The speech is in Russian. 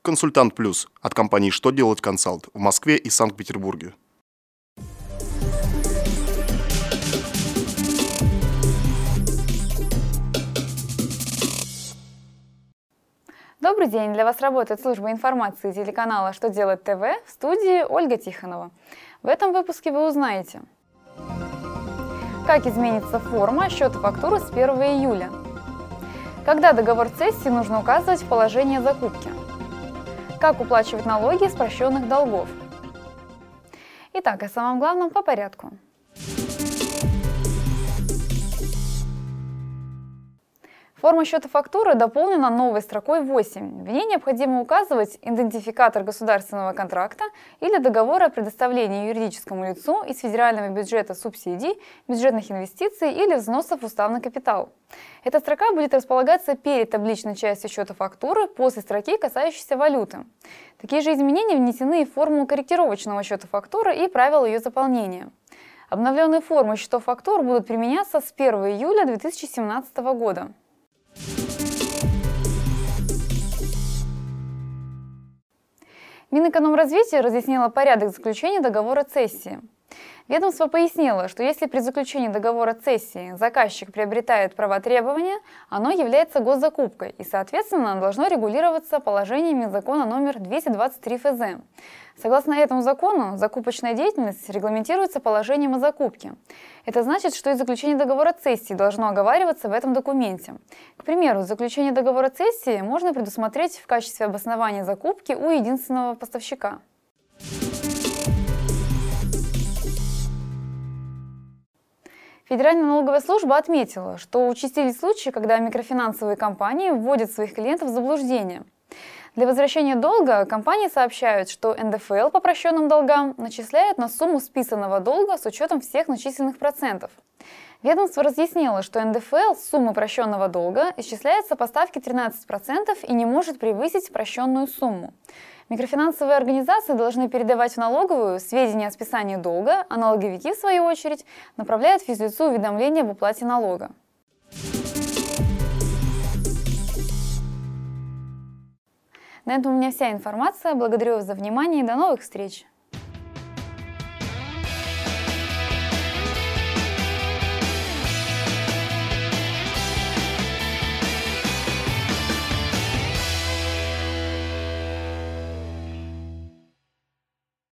Консультант Плюс от компании «Что делать консалт» в Москве и Санкт-Петербурге. Добрый день! Для вас работает служба информации телеканала «Что делать ТВ», в студии Ольга Тихонова. В этом выпуске вы узнаете, как изменится форма счета фактуры с 1 июля, когда договор цессии нужно указывать в положении закупки, как уплачивать налоги с прощенных долгов. Итак, о самом главном по порядку. Форма счета фактуры дополнена новой строкой 8. В ней необходимо указывать идентификатор государственного контракта или договора о предоставлении юридическому лицу из федерального бюджета субсидий, бюджетных инвестиций или взносов в уставный капитал. Эта строка будет располагаться перед табличной частью счета фактуры после строки, касающейся валюты. Такие же изменения внесены и в форму корректировочного счета фактуры и правила ее заполнения. Обновленные формы счетов фактур будут применяться с 1 июля 2017 года. Минэкономразвитие разъяснило порядок заключения договора цессии. Ведомство пояснило, что если при заключении договора цессии заказчик приобретает права требования, оно является госзакупкой и, соответственно, должно регулироваться положениями закона номер 223 ФЗ. Согласно этому закону, закупочная деятельность регламентируется положением о закупке. Это значит, что и заключение договора цессии должно оговариваться в этом документе. К примеру, заключение договора цессии можно предусмотреть в качестве обоснования закупки у единственного поставщика. Федеральная налоговая служба отметила, что участились случаи, когда микрофинансовые компании вводят своих клиентов в заблуждение. Для возвращения долга компании сообщают, что НДФЛ по прощенным долгам начисляют на сумму списанного долга с учетом всех начисленных процентов. Ведомство разъяснило, что НДФЛ с суммы прощенного долга исчисляется по ставке 13% и не может превысить прощенную сумму. Микрофинансовые организации должны передавать в налоговую сведения о списании долга, а налоговики, в свою очередь, направляют физлицу уведомление об уплате налога. На этом у меня вся информация. Благодарю вас за внимание и до новых встреч!